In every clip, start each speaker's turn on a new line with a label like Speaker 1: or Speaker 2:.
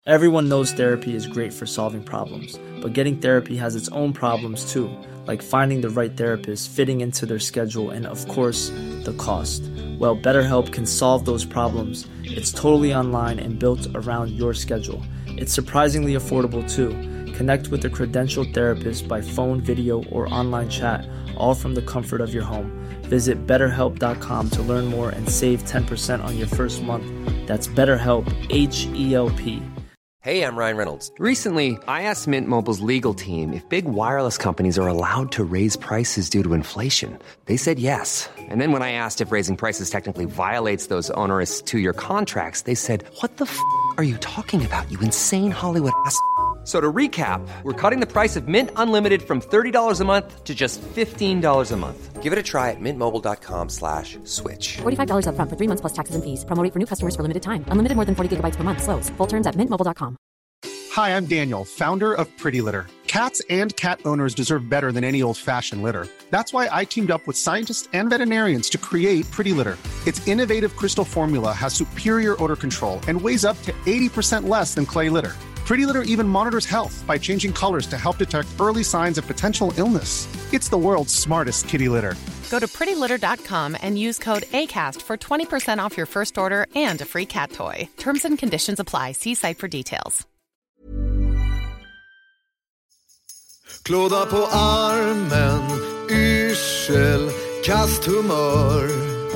Speaker 1: Everyone knows therapy is great for solving problems, but getting therapy has its own problems too, like finding the right therapist, fitting into their schedule, and of course, the cost. Well, BetterHelp can solve those problems. It's totally online and built around your schedule. It's surprisingly affordable too. Connect with a credentialed therapist by phone, video, or online chat, all from the comfort of your home. Visit BetterHelp.com to learn more and save 10% on your first month. That's BetterHelp, H-E-L-P.
Speaker 2: Hey, I'm Ryan Reynolds. Recently, I asked Mint Mobile's legal team if big wireless companies are allowed to raise prices due to inflation. They said yes. And then when I asked if raising prices technically violates those onerous two-year contracts, they said, "What the f*** are you talking about, you insane Hollywood ass?" So to recap, we're cutting the price of Mint Unlimited from $30 a month to just $15 a month. Give it a try at mintmobile.com/switch.
Speaker 3: $45 up front for 3 months plus taxes and fees. Promo rate for new customers for limited time. Unlimited more than 40 gigabytes per month. Slows full terms at mintmobile.com.
Speaker 4: Hi, I'm Daniel, founder of Pretty Litter. Cats and cat owners deserve better than any old-fashioned litter. That's why I teamed up with scientists and veterinarians to create Pretty Litter. Its innovative crystal formula has superior odor control and weighs up to 80% less than clay litter. Pretty Litter even monitors health by changing colors to help detect early signs of potential illness. It's the world's smartest kitty litter.
Speaker 5: Go to prettylitter.com and use code ACAST for 20% off your first order and a free cat toy. Terms and conditions apply. See site for details.
Speaker 6: Klåda på armen, yrsel, kasthumör.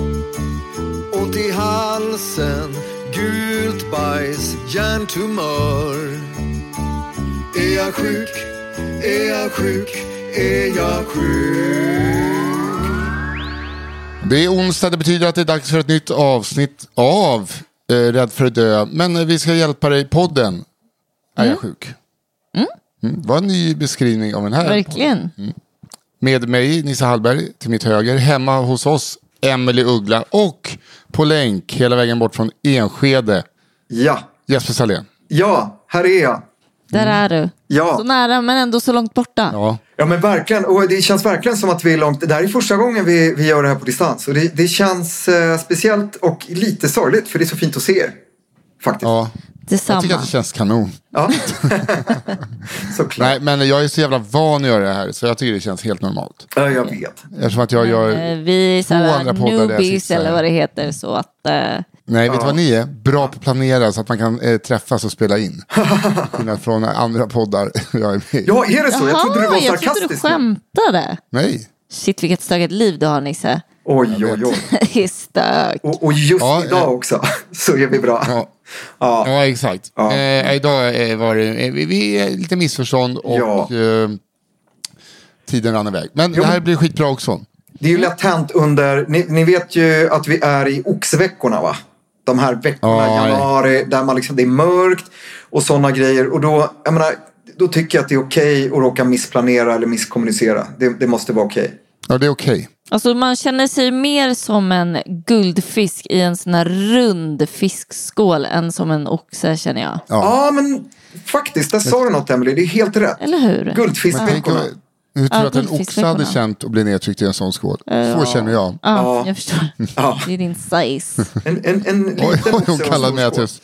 Speaker 6: Ont i halsen, gult bajs, hjärntumör. Är jag sjuk? Är jag sjuk? Är jag sjuk?
Speaker 7: Det är onsdag, det betyder att det är dags för ett nytt avsnitt av Rädd för att dö. Men vi ska hjälpa dig i podden. Är jag sjuk? Vad en ny beskrivning av den här.
Speaker 8: Verkligen.
Speaker 7: Med mig, Nissa Hallberg, till mitt höger. Hemma hos oss, Emelie Uggla. Och på länk hela vägen bort från Enskede.
Speaker 9: Ja.
Speaker 7: Jesper Salén.
Speaker 9: Ja, här är jag.
Speaker 8: Där är du.
Speaker 9: Ja.
Speaker 8: Så nära men ändå så långt borta.
Speaker 9: Ja men verkligen. Och det känns verkligen som att vi är långt. Det här är första gången vi gör det här på distans. Och det känns speciellt och lite sorgligt. För det är så fint att se er. Faktiskt.
Speaker 7: Ja.
Speaker 8: Detsamma.
Speaker 7: Jag tycker att det känns kanon.
Speaker 9: Ja. Såklart.
Speaker 7: Nej, men jag är så jävla van att göra det här. Så jag tycker det känns helt normalt.
Speaker 9: Ja, jag vet.
Speaker 7: Eftersom att jag gör
Speaker 8: vi är sådär newbies eller vad det heter. Så att...
Speaker 7: Nej, vet du vad ni är? Bra på att planera så att man kan träffas och spela in. Skillnad från andra poddar jag är med.
Speaker 9: Ja, är det så? Jag trodde du var sarkastisk.
Speaker 8: Jag trodde du skämtade.
Speaker 7: Nej.
Speaker 8: Shit, vilket stökigt liv du har, Nisse.
Speaker 9: Oj.
Speaker 8: Det är stök.
Speaker 9: Och just idag också. Så är vi bra.
Speaker 7: Ja, exakt.
Speaker 9: Ja.
Speaker 7: Idag var det vi är lite missförstånd och tiden rann iväg. Men det här blir skitbra också.
Speaker 9: Det är ju lätt hänt under... Ni vet ju att vi är i oxveckorna, va? De här veckorna i januari där man liksom, det är mörkt och sådana grejer. Och då, jag menar, då tycker jag att det är okej att råka missplanera eller misskommunicera. Det måste vara okej.
Speaker 7: Ja, det är okej.
Speaker 8: Alltså man känner sig mer som en guldfisk i en sån här rund fiskskål än som en oxe, känner jag.
Speaker 9: Ja, men faktiskt, där sa du något, Emily. Det är helt rätt.
Speaker 8: Eller hur?
Speaker 9: Guldfiskveckorna.
Speaker 7: Hur tror du att en oxe hade känt att bli nedtryckt i en sån skål? Så känner jag.
Speaker 8: Ja, jag förstår. Det är din size.
Speaker 9: En liten oxe.
Speaker 7: Hon kallade mig att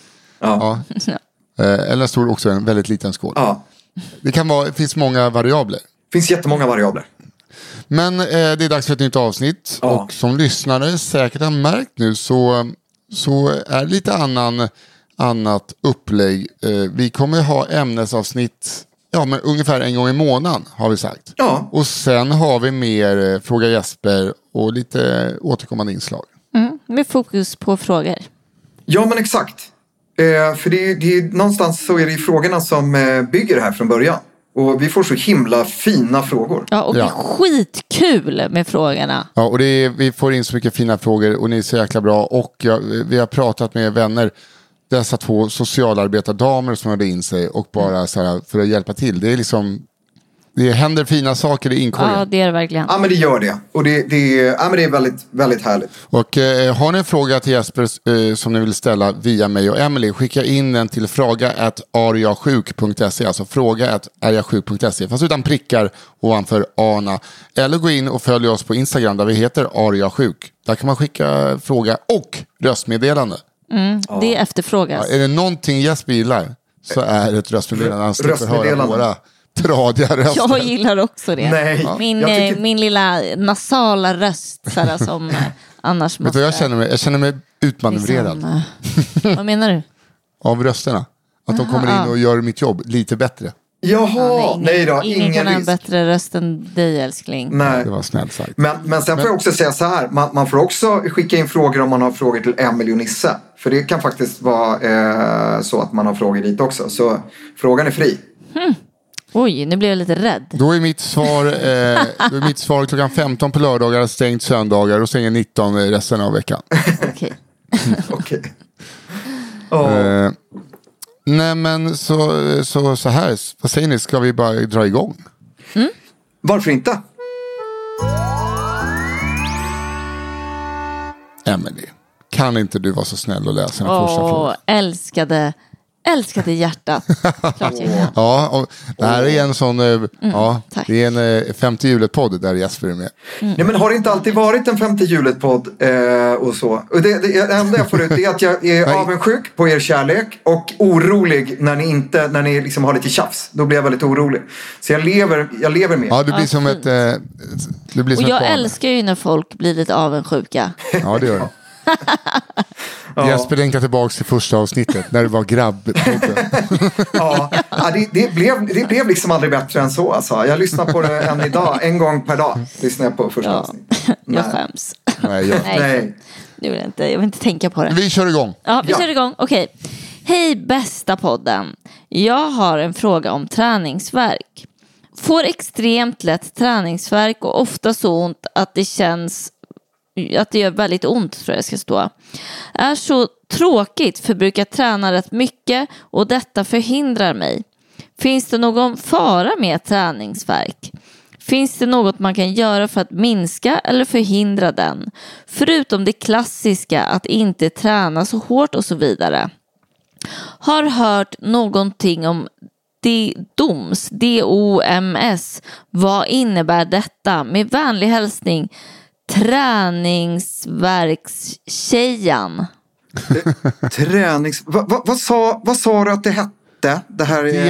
Speaker 7: eller en stor oxe, en väldigt liten skål.
Speaker 9: Ja.
Speaker 7: Det finns många variabler.
Speaker 9: Det finns jättemånga variabler.
Speaker 7: Men det är dags för ett nytt avsnitt.
Speaker 9: Ja.
Speaker 7: Och som lyssnare säkert har märkt nu så är det lite annat upplägg. Vi kommer ha ämnesavsnitt men ungefär en gång i månaden har vi sagt. Ja. Och sen har vi mer Fråga Jesper och lite återkommande inslag.
Speaker 8: Med fokus på frågor.
Speaker 9: Ja, men exakt. För det är någonstans så är det ju frågorna som bygger det här från början. Och vi får så himla fina frågor.
Speaker 8: Ja, och det är skitkul med frågorna.
Speaker 7: Ja, och vi får in så mycket fina frågor och ni är så jäkla bra. Och vi har pratat med vänner, dessa 2 socialarbetardamer som hade in sig och bara så här, för att hjälpa till. Det är liksom, det händer fina saker i inkorgen.
Speaker 8: Ja, det är det verkligen.
Speaker 9: Ja, men det gör det. Och det är väldigt, väldigt härligt.
Speaker 7: Och har ni en fråga till Jesper som ni vill ställa via mig och Emily, skicka in den till fråga@arjasjuk.se, alltså fråga@arjasjuk.se, fast utan prickar ovanför ana. Eller gå in och följ oss på Instagram där vi heter arjasjuk. Där kan man skicka fråga och röstmeddelande.
Speaker 8: Det efterfrågas.
Speaker 7: Ja, är det någonting Jesper gillar så är ett röstmeddelande anställt för att höra våra tradiga röster.
Speaker 8: Jag gillar också det.
Speaker 9: Nej,
Speaker 8: Min lilla nasala röst sådär, som annars måste...
Speaker 7: Jag känner mig utmanövrerad.
Speaker 8: Vad menar du?
Speaker 7: Av rösterna. Att de kommer in och gör mitt jobb lite bättre.
Speaker 9: Jaha, nej då,
Speaker 8: ingen kan ha en bättre röst än dig, älskling.
Speaker 9: Nej.
Speaker 7: Det var snällt sagt.
Speaker 9: Men sen får jag också säga så här. Man får också skicka in frågor om man har frågor till Emily och Nisse. För det kan faktiskt vara så att man har frågor dit också. Så frågan är fri.
Speaker 8: Oj, nu blev jag lite rädd.
Speaker 7: Då är mitt svar klockan 15 på lördagar, stängt söndagar och stänger 19 resten av veckan.
Speaker 8: Okej.
Speaker 9: Okej.
Speaker 7: Nej men så här, vad säger ni, ska vi bara dra igång?
Speaker 9: Varför inte?
Speaker 7: Emily, kan inte du vara så snäll och läsa den första frågan?
Speaker 8: Älskade hjärtat. Klart jag kan.
Speaker 7: Ja, och det här är en sån, det är en femte hjulet-podd där Jesper är med.
Speaker 9: Nej, men har det inte alltid varit en femte hjulet-podd och så? Och det enda jag får ut är att jag är avundsjuk på er kärlek och orolig när ni liksom har lite tjafs. Då blir jag väldigt orolig. Så jag lever med.
Speaker 7: Ja, det blir som ett
Speaker 8: och jag älskar ju när folk blir lite avundsjuka.
Speaker 7: Ja, det gör det. Jesper längtar tillbaka till första avsnittet när det var grabbpodden.
Speaker 9: Det blev liksom aldrig bättre än så alltså. Jag lyssnar på det än idag. En gång per dag lyssnar jag på första avsnittet.
Speaker 8: Jag skäms.
Speaker 9: Nej.
Speaker 8: Jag vill inte tänka på det.
Speaker 7: Vi kör igång.
Speaker 8: Ja, vi kör igång. Okej. Hej bästa podden. Jag har en fråga om träningsvärk. Får extremt lätt träningsvärk och ofta så ont att det känns att det gör väldigt ont, tror jag ska stå. Är så tråkigt för brukar träna rätt mycket och detta förhindrar mig. Finns det någon fara med träningsvärk? Finns det något man kan göra för att minska eller förhindra den? Förutom det klassiska att inte träna så hårt och så vidare. Har hört någonting om DOMS. Vad innebär detta? Med vänlig hälsning träningsverkstjejan.
Speaker 9: Vad sa du att det hette? Det här är...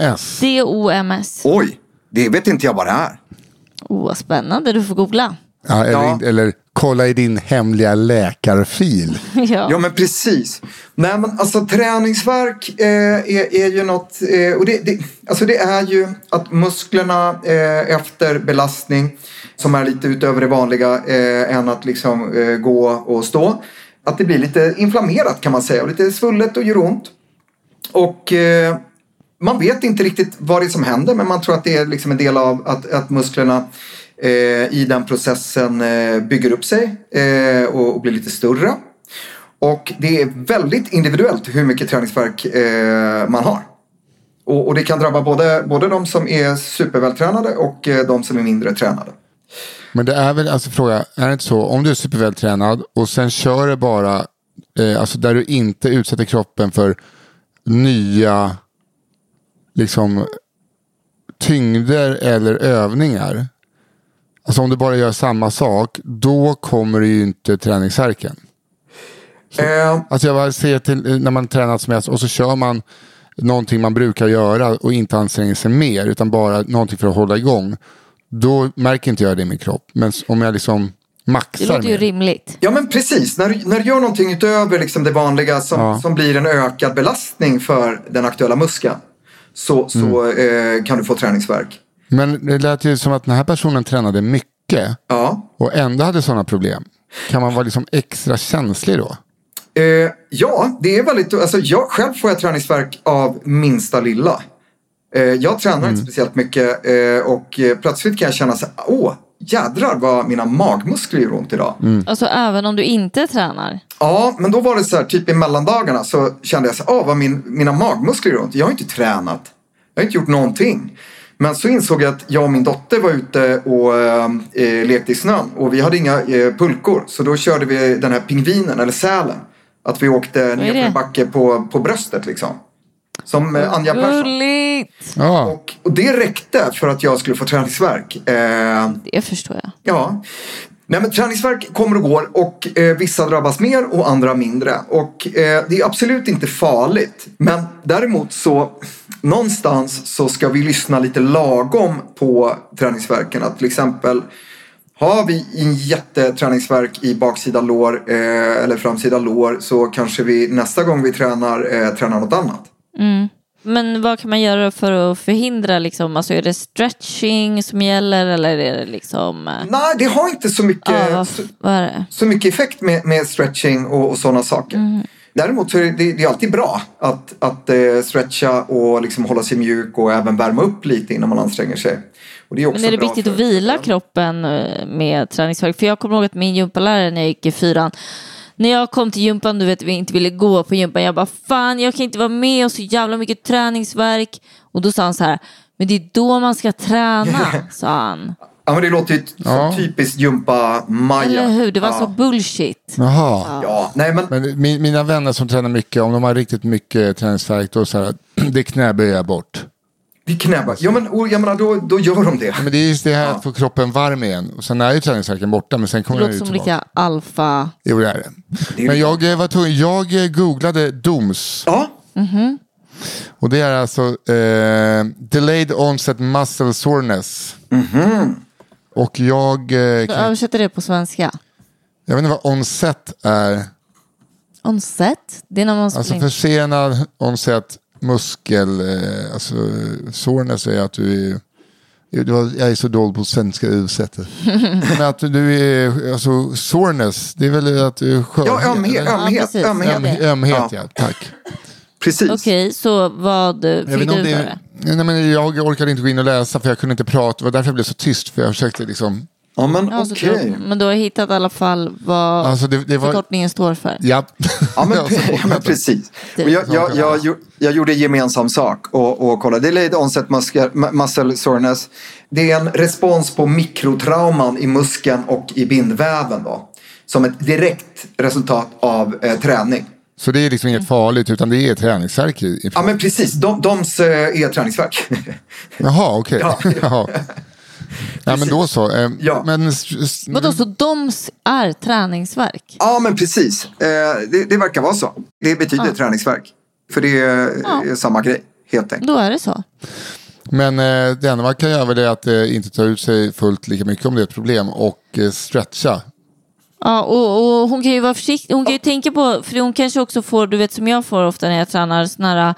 Speaker 7: DOMS.
Speaker 9: Oj, det vet inte jag vad det är.
Speaker 8: Vad spännande, du får googla.
Speaker 7: Ja, eller kolla i din hemliga läkarfil.
Speaker 9: Ja, men precis. Nej, men alltså träningsvärk är ju något... och det är ju att musklerna efter belastning som är lite utöver det vanliga än att liksom gå och stå. Att det blir lite inflammerat kan man säga. Och lite svullet och gör ont. Och man vet inte riktigt vad det är som händer. Men man tror att det är liksom en del av att musklerna i den processen bygger upp sig och blir lite större. Och det är väldigt individuellt hur mycket träningsvärk man har. Och det kan drabba både de som är supervältränade och de som är mindre tränade.
Speaker 7: Men det är väl, alltså fråga, är det inte så, om du är supervältränad och sen kör det bara, alltså där du inte utsätter kroppen för nya liksom tyngder eller övningar. Alltså om du bara gör samma sak, då kommer det ju inte träningsvärken. Alltså jag bara ser till när man tränar som mest och så kör man någonting man brukar göra och inte anstränger sig mer utan bara någonting för att hålla igång. Då märker inte jag det i min kropp. Men om jag liksom maxar
Speaker 8: det låter ju rimligt.
Speaker 9: Ja, men precis. När du gör någonting utöver liksom det vanliga som blir en ökad belastning för den aktuella muskeln så kan du få träningsvärk. Men
Speaker 7: det lät ju som att den här personen tränade mycket och ändå hade sådana problem. Kan man vara liksom extra känslig då?
Speaker 9: Ja, det är väldigt... Alltså själv får jag träningsvärk av minsta lilla. Jag tränar inte speciellt mycket och plötsligt kan jag känna så här, jädrar vad mina magmuskler gör ont idag.
Speaker 8: Alltså även om du inte tränar?
Speaker 9: Ja, men då var det så här, typ i mellandagarna så kände jag så här, vad mina magmuskler gör ont. Jag har inte tränat. Jag har inte gjort någonting. Men så insåg jag att jag och min dotter var ute och lekte i snön. Och vi hade inga pulkor. Så då körde vi den här pingvinen eller sälen. Att vi åkte ner för en backe på bröstet liksom. Som Anja Persson.
Speaker 7: Ja.
Speaker 9: Och det räckte för att jag skulle få träningsvärk.
Speaker 8: Det förstår jag.
Speaker 9: Ja. Nej, men träningsvärk kommer och går och vissa drabbas mer och andra mindre. Och det är absolut inte farligt. Men däremot så någonstans så ska vi lyssna lite lagom på träningsvärken. Att till exempel har vi en jätteträningsvärk i baksida lår eller framsida lår så kanske vi nästa gång vi tränar något annat.
Speaker 8: Mm. Men vad kan man göra för att förhindra liksom, alltså är det stretching som gäller eller är det liksom...
Speaker 9: Nej, det har inte så mycket,
Speaker 8: vad är det?
Speaker 9: Så mycket effekt med stretching och sådana saker. Mm. Däremot så är det är alltid bra att stretcha och liksom hålla sig mjuk och även värma upp lite innan man anstränger sig. Och det är också
Speaker 8: men är det
Speaker 9: bra
Speaker 8: viktigt att vila kroppen med träningsvärk? För jag kommer ihåg att min gympalärare när jag gick i 4:an, när jag kom till gympan, du vet, vi inte ville gå på gympan. Jag bara, fan, jag kan inte vara med och så jävla mycket träningsvärk. Och då sa han så här, men det är då man ska träna, sa han.
Speaker 9: Ja, men det låter ju som typiskt gympa-maja.
Speaker 8: Eller hur, det var så bullshit.
Speaker 7: Jaha.
Speaker 9: Ja, nej men
Speaker 7: mina vänner som tränar mycket, om de har riktigt mycket träningsvärk, då så här, det knäböjer jag bort.
Speaker 9: Det knäböj. Ja, men jag menar, då gör de det.
Speaker 7: Ja, men det är just det här att få kroppen varm igen. Och sen är ju träningsvärken borta, men sen kommer den ut tillbaka.
Speaker 8: Det låter som lika alfa.
Speaker 7: Jo, det är det. Men jag googlade DOMS.
Speaker 9: Ja.
Speaker 8: Mm-hmm.
Speaker 7: Och det är alltså Delayed Onset Muscle Soreness.
Speaker 9: Mm-hmm.
Speaker 7: Och jag...
Speaker 8: översätter det på svenska.
Speaker 7: Jag vet inte vad onset är.
Speaker 8: Onset? Det är när man
Speaker 7: alltså försenad onset muskel... alltså soreness är att du är... Jag är så dålig på svenska översättet. Men att du är... Alltså soreness, det är väl att du är skör.
Speaker 9: Ja, ömhet.
Speaker 7: Ja, tack.
Speaker 9: Precis.
Speaker 8: Okej, så vad fick du det?
Speaker 7: Nej, men jag orkade inte gå in och läsa för jag kunde inte prata. Det var därför jag blev så tyst, för jag försökte liksom...
Speaker 9: Ja, men okej.
Speaker 8: Men du har hittat i alla fall vad förkortningen står för.
Speaker 7: Ja.
Speaker 9: Ja, men precis. Och jag gjorde gemensam sak och kollade. Delayed onset muscle soreness. Det är en respons på mikrotrauman i muskeln och i bindväven då. Som ett direkt resultat av träning.
Speaker 7: Så det är liksom inget farligt, utan det är träningsvärk i.
Speaker 9: Ja, men precis. DOMS är träningsvärk.
Speaker 7: Jaha, okej. Ja. Ja, men då så. Men...
Speaker 8: Vadå, så DOMS är träningsvärk?
Speaker 9: Ja, men precis. Det verkar vara så. Det betyder träningsvärk. För det är samma grej, helt enkelt.
Speaker 8: Då är det så.
Speaker 7: Men det enda man kan göra är att inte ta ut sig fullt lika mycket om det är ett problem och stretcha.
Speaker 8: Ja, och hon kan ju vara försiktig. Hon kan ju tänka på, för hon kanske också får, du vet som jag får ofta när jag tränar, såna här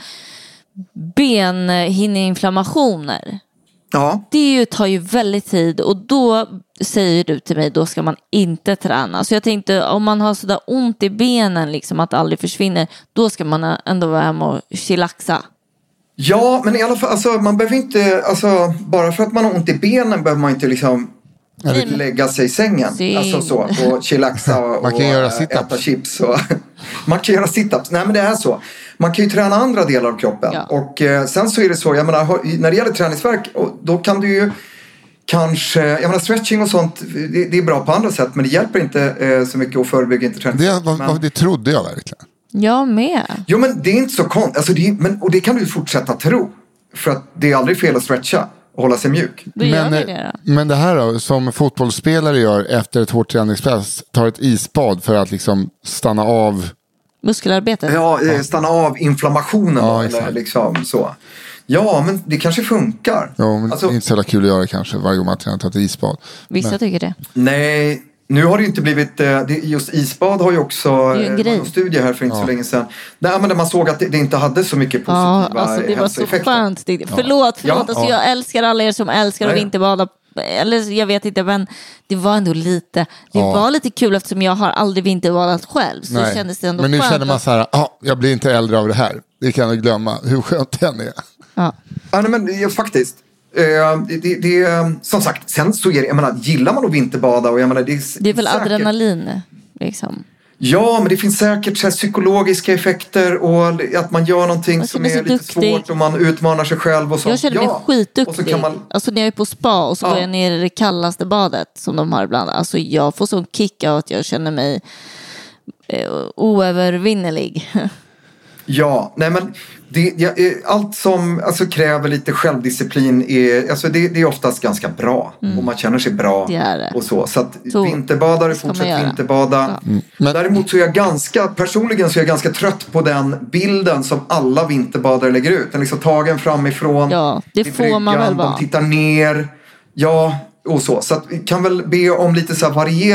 Speaker 8: benhinneinflammationer.
Speaker 9: Ja.
Speaker 8: Det tar ju väldigt tid och då säger du till mig, då ska man inte träna. Så jag tänkte, om man har sådär ont i benen liksom att det aldrig försvinner, då ska man ändå vara hemma och chillaxa.
Speaker 9: Ja, men i alla fall, alltså, man behöver inte, alltså, bara för att man har ont i benen behöver man inte liksom lägga sig i sängen. Alltså så, och chillaxa och
Speaker 7: man kan göra sit-ups.
Speaker 9: Äta chips. Och man kan göra sit-ups. Nej, men det är så. Man kan ju träna andra delar av kroppen. Ja. Och sen så är det så, jag menar, när det gäller träningsvärk, då kan du ju kanske, jag menar stretching och sånt, det är bra på andra sätt, men det hjälper inte så mycket att förebygga inte träningsvärk.
Speaker 7: Det trodde jag verkligen.
Speaker 8: Jag med.
Speaker 9: Jo, men det är inte så konstigt. Alltså, och det kan du fortsätta tro. För att det är aldrig fel att stretcha och hålla sig mjuk.
Speaker 7: Men det här då, som fotbollsspelare gör efter ett hårt träningspass, tar ett isbad för att liksom stanna av
Speaker 8: muskelarbetet.
Speaker 9: Ja, stanna av inflammationen. Ja, eller liksom så. Ja, men det kanske funkar.
Speaker 7: Ja, men det är inte så jävla kul att göra kanske varje gång man tar ett isbad.
Speaker 8: Vissa tycker det.
Speaker 9: Nej, nu har det inte blivit, just isbad har ju också en studie här för inte så länge sedan. Där man såg att det inte hade så mycket positiva
Speaker 8: alltså det var så skönt. Förlåt. Alltså jag älskar alla er som älskar att vinterbada. Eller jag vet inte, men det var ändå lite, var lite kul eftersom jag har aldrig vinterbadat själv. Så kändes det ändå
Speaker 7: men nu
Speaker 8: skönt.
Speaker 7: Känner man så här, jag blir inte äldre av det här. Det kan jag glömma, hur skönt den är.
Speaker 9: Ja, nej, men faktiskt. Det som sagt, sen så är det, jag menar, gillar man att vinterbada och jag menar, det är väl
Speaker 8: säkert adrenalin liksom.
Speaker 9: Ja, men det finns säkert så här psykologiska effekter och att man gör någonting som är lite svårt och man utmanar sig själv och så.
Speaker 8: Jag känner mig skitduktig. Alltså när jag är på spa och så går jag ner i det kallaste badet som de har ibland. Alltså jag får sån kick av att jag känner mig oövervinnerlig.
Speaker 9: Ja, nej men Allt som alltså, kräver lite självdisciplin det är oftast ganska bra. Och man känner sig bra och så. Så att vinterbadare fortsätter vinterbada. Däremot så är jag personligen så är jag ganska trött på den bilden som alla vinterbadare lägger ut. Den är liksom tagen framifrån.
Speaker 8: Ja, det får man väl vara.
Speaker 9: De tittar ner. Ja, och så. Så att vi kan väl be om lite så här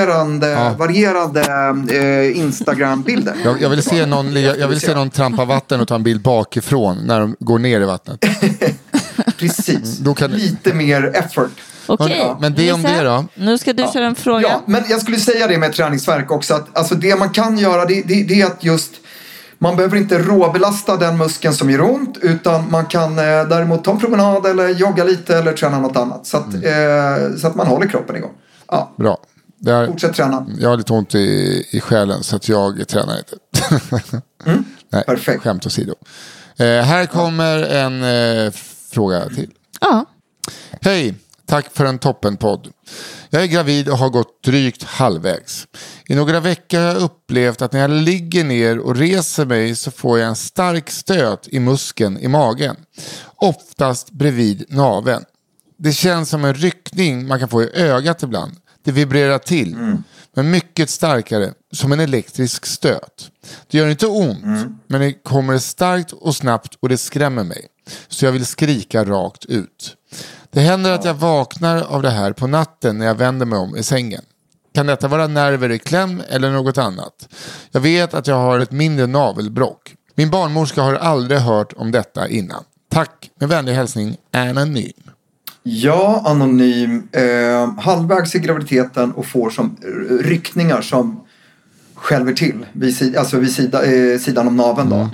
Speaker 9: varierade Instagram-bilder.
Speaker 7: Jag vill se någon trampa vatten och ta en bild bakifrån när de går ner i vattnet.
Speaker 9: Precis. Lite mer effort.
Speaker 8: Okej,
Speaker 7: men det om det då.
Speaker 8: Nu ska du köra en fråga.
Speaker 9: Ja, men jag skulle säga det med träningsvärk också. Att, alltså det man kan göra det är att just... Man behöver inte råbelasta den muskeln som gör ont, utan man kan däremot ta en promenad eller jogga lite eller träna något annat. Så att man håller kroppen igång. Ja.
Speaker 7: Bra.
Speaker 9: Fortsätt träna.
Speaker 7: Jag har lite ont i själen så att jag tränar inte. Nej,
Speaker 9: perfekt.
Speaker 7: Skämt åsido. Här kommer en fråga till.
Speaker 8: Ja.
Speaker 7: Hej, tack för en toppenpodd. Jag är gravid och har gått drygt halvvägs. I några veckor har jag upplevt att när jag ligger ner och reser mig så får jag en stark stöt i muskeln i magen. Oftast bredvid naveln. Det känns som en ryckning man kan få i ögat ibland. Det vibrerar till. Men mycket starkare, som en elektrisk stöt. Det gör inte ont, men det kommer starkt och snabbt och det skrämmer mig. Så jag vill skrika rakt ut. Det händer att jag vaknar av det här på natten när jag vänder mig om i sängen. Kan detta vara nerver i kläm eller något annat? Jag vet att jag har ett mindre navelbrock. Min barnmorska har aldrig hört om detta innan. Tack, med vänlig hälsning, Anonym.
Speaker 9: Ja, Anonym. Halvvägs i graviditeten och får som ryckningar som skälver till vid sidan om naveln då.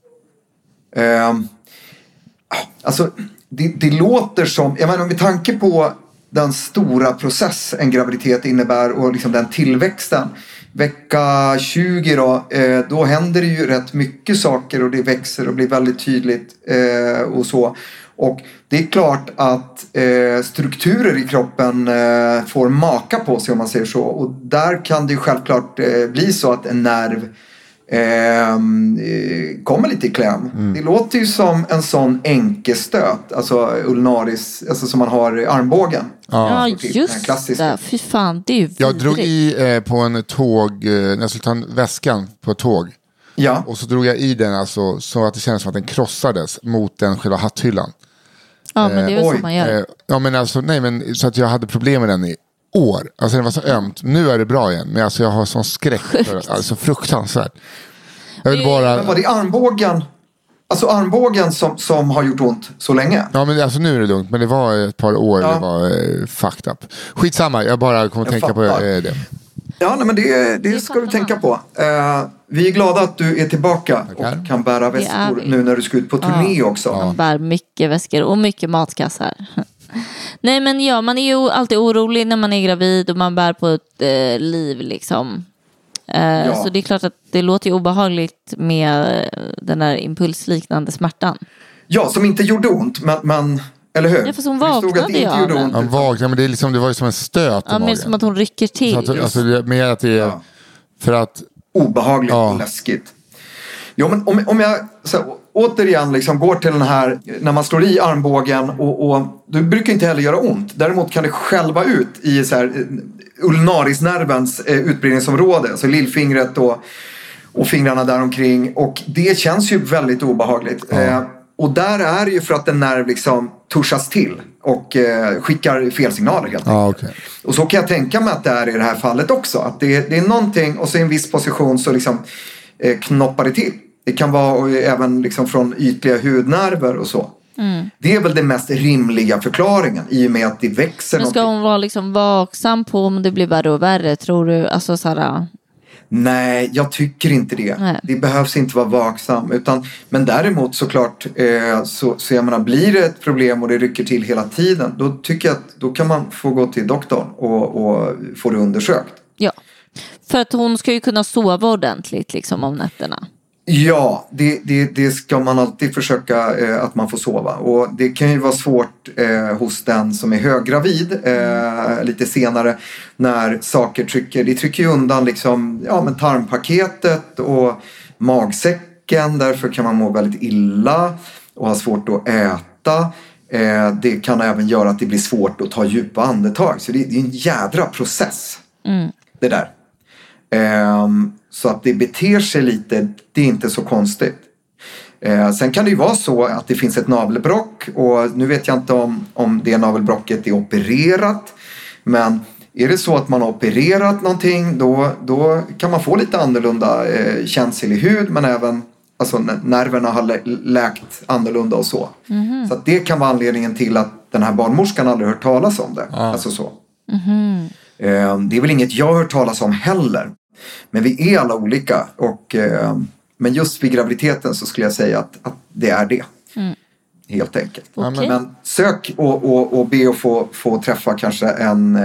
Speaker 9: Alltså... Det låter som, jag menar med tanke på den stora process en graviditet innebär och liksom den tillväxten. Vecka 20 då händer det ju rätt mycket saker och det växer och blir väldigt tydligt och så. Och det är klart att strukturer i kroppen får maka på sig om man säger så. Och där kan det ju självklart bli så att en nerv kommer lite i kläm. Det låter ju som en sån enkestöt, alltså ulnaris, alltså som man har i armbågen.
Speaker 8: Ja, just det. Fy fan, det är ju vidrigt.
Speaker 7: Jag drog i på en tåg, när jag skulle ta väskan på ett tåg.
Speaker 9: Ja.
Speaker 7: Och så drog jag i den alltså, så att det kändes som att den krossades mot den själva hatthyllan.
Speaker 8: Ja, men det är väl så man gör.
Speaker 7: Ja, men alltså, men så att jag hade problem med den i år. Alltså det var så ömt. Nu är det bra igen. Men alltså jag har sån skräck. Alltså fruktansvärt. Jag vill bara...
Speaker 9: Men var det armbågen? Alltså armbågen som har gjort ont så länge?
Speaker 7: Ja, men alltså nu är det lugnt. Men det var ett par år det var fucked up. Skitsamma, jag bara kommer att tänka på det.
Speaker 9: Ja, nej, men det ska du tänka på. Vi är glada att du är tillbaka och kan bära väskor nu när du ska ut på turné också.
Speaker 8: Man bär mycket väskor och mycket matkassar. Nej, men ja, man är ju alltid orolig när man är gravid och man bär på ett liv liksom. Så det är klart att det låter ju obehagligt med den där impulsliknande smärtan. Ja,
Speaker 9: som inte gjorde ont, men eller hur?
Speaker 8: Ja, fast hon vaknade ju av den.
Speaker 7: Hon vaknade, men det var ju som en stöt i magen.
Speaker 8: Men som att hon rycker till.
Speaker 7: Så att, alltså, mer att det är för att...
Speaker 9: Obehagligt och läskigt. Ja, men om jag återigen liksom går till den här, när man slår i armbågen och det brukar inte heller göra ont. Däremot kan det skälva ut i så här ulnarisnervens utbredningsområde, alltså lillfingret och fingrarna där omkring, och det känns ju väldigt obehagligt. Och där är det ju för att en nerv liksom tuschas till och skickar felsignaler helt enkelt. Okay. Och så kan jag tänka mig att det är i det här fallet också. Att det är någonting och så i en viss position så liksom knoppar det till. Det kan vara även liksom från ytliga hudnerver och så. Det är väl den mest rimliga förklaringen i och med att det växer.
Speaker 8: Men ska hon vara liksom vaksam på om det blir värre och värre, tror du? Alltså såhär...
Speaker 9: Nej, jag tycker inte det. Nej. Det behövs inte vara vaksam. Men däremot såklart så jag menar, blir det ett problem och det rycker till hela tiden, då tycker jag att då kan man få gå till doktorn och få det undersökt.
Speaker 8: Ja, för att hon ska ju kunna sova ordentligt liksom om nätterna.
Speaker 9: Ja, det ska man alltid försöka att man får sova. Och det kan ju vara svårt hos den som är höggravid lite senare när saker trycker ju undan liksom, men tarmpaketet och magsäcken tecken. Därför kan man må väldigt illa och ha svårt att äta. Det kan även göra att det blir svårt att ta djupa andetag. Så det är en jädra process. Det där. Så att det beter sig lite, det är inte så konstigt. Sen kan det ju vara så att det finns ett navelbrock. Och nu vet jag inte om det navelbrocket är opererat. Men är det så att man har opererat någonting, då kan man få lite annorlunda känsel i hud. Men även alltså, nerverna har läkt annorlunda och så. Så att det kan vara anledningen till att den här barnmorskan aldrig hört talas om det. Alltså så. Det är väl inget jag har hört talas om heller. Men vi är alla olika. Men just vid graviditeten så skulle jag säga att det är det. Helt enkelt.
Speaker 8: Okay.
Speaker 9: Men sök och be att få träffa kanske en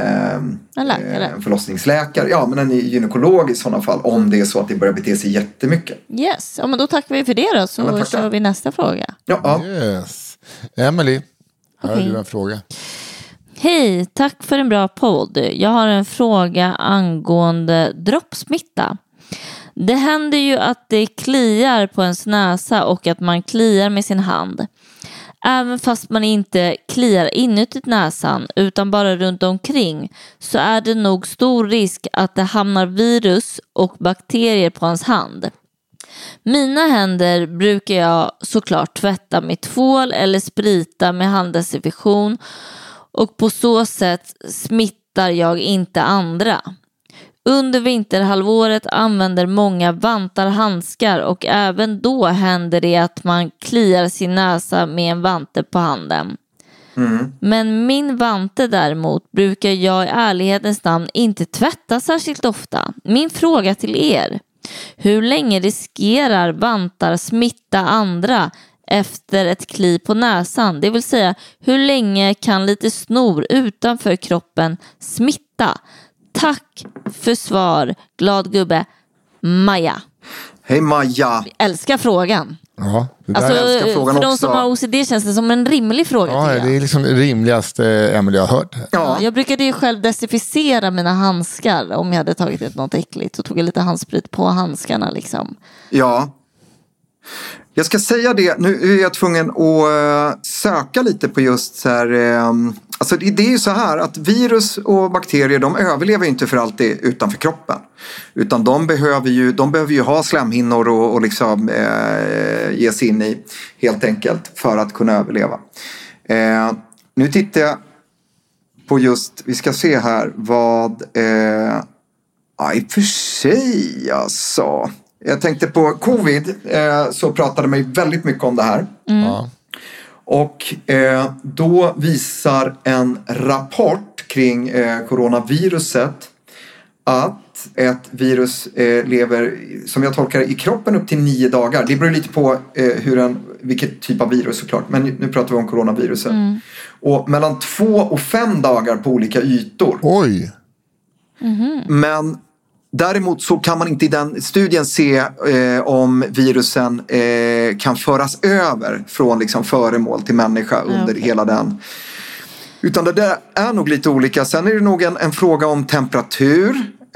Speaker 9: förlossningsläkare. Ja, men en gynekolog i sådana fall. Om det är så att det börjar bete sig jättemycket.
Speaker 8: Yes, ja, men då tackar vi för det då. Så kör vi nästa fråga.
Speaker 9: Ja.
Speaker 7: Yes. Emily, här har du en fråga.
Speaker 8: Hej, tack för en bra podd. Jag har en fråga angående droppsmitta. Det händer ju att det kliar på ens näsa och att man kliar med sin hand. Även fast man inte kliar inuti näsan utan bara runt omkring, så är det nog stor risk att det hamnar virus och bakterier på ens hand. Mina händer brukar jag såklart tvätta med tvål eller sprita med handdesinfektion, och på så sätt smittar jag inte andra. Under vinterhalvåret använder många vantar, handskar, och även då händer det att man kliar sin näsa med en vante på handen. Men min vante däremot brukar jag i ärlighetens namn inte tvätta särskilt ofta. Min fråga till er: hur länge riskerar vantar smitta andra efter ett kli på näsan? Det vill säga, hur länge kan lite snor utanför kroppen smitta? Tack för svar, glad gubbe, Maja.
Speaker 9: Hej Maja.
Speaker 8: Vi älskar frågan.
Speaker 7: Ja,
Speaker 8: alltså,
Speaker 9: frågan
Speaker 8: för de
Speaker 9: också.
Speaker 8: som har OCD känns det som en rimlig fråga.
Speaker 7: Ja, det är liksom det rimligaste Emily har hört.
Speaker 8: Ja. Jag brukade ju själv desinficera mina handskar. Om jag hade tagit ut något äckligt så tog jag lite handsprit på handskarna liksom.
Speaker 9: Ja. Jag ska säga det, nu är jag tvungen att söka lite på just så här, alltså det är ju så här att virus och bakterier, de överlever inte för alltid utanför kroppen. Utan de behöver ju ha slemhinnor och liksom ge sig in i, helt enkelt, för att kunna överleva. Nu tittar jag på just, vi ska se här vad, i och för sig alltså. Jag tänkte på covid, så pratade man väldigt mycket om det här. Och då visar en rapport kring coronaviruset att ett virus lever, som jag tolkar det, i kroppen upp till 9 dagar. Det beror lite på vilket typ av virus såklart. Men nu pratar vi om coronaviruset. Och mellan 2 och 5 dagar på olika ytor.
Speaker 7: Oj!
Speaker 9: Men däremot så kan man inte i den studien se om virusen kan föras över från liksom föremål till människa under hela den. Utan det där är nog lite olika. Sen är det nog en fråga om temperatur,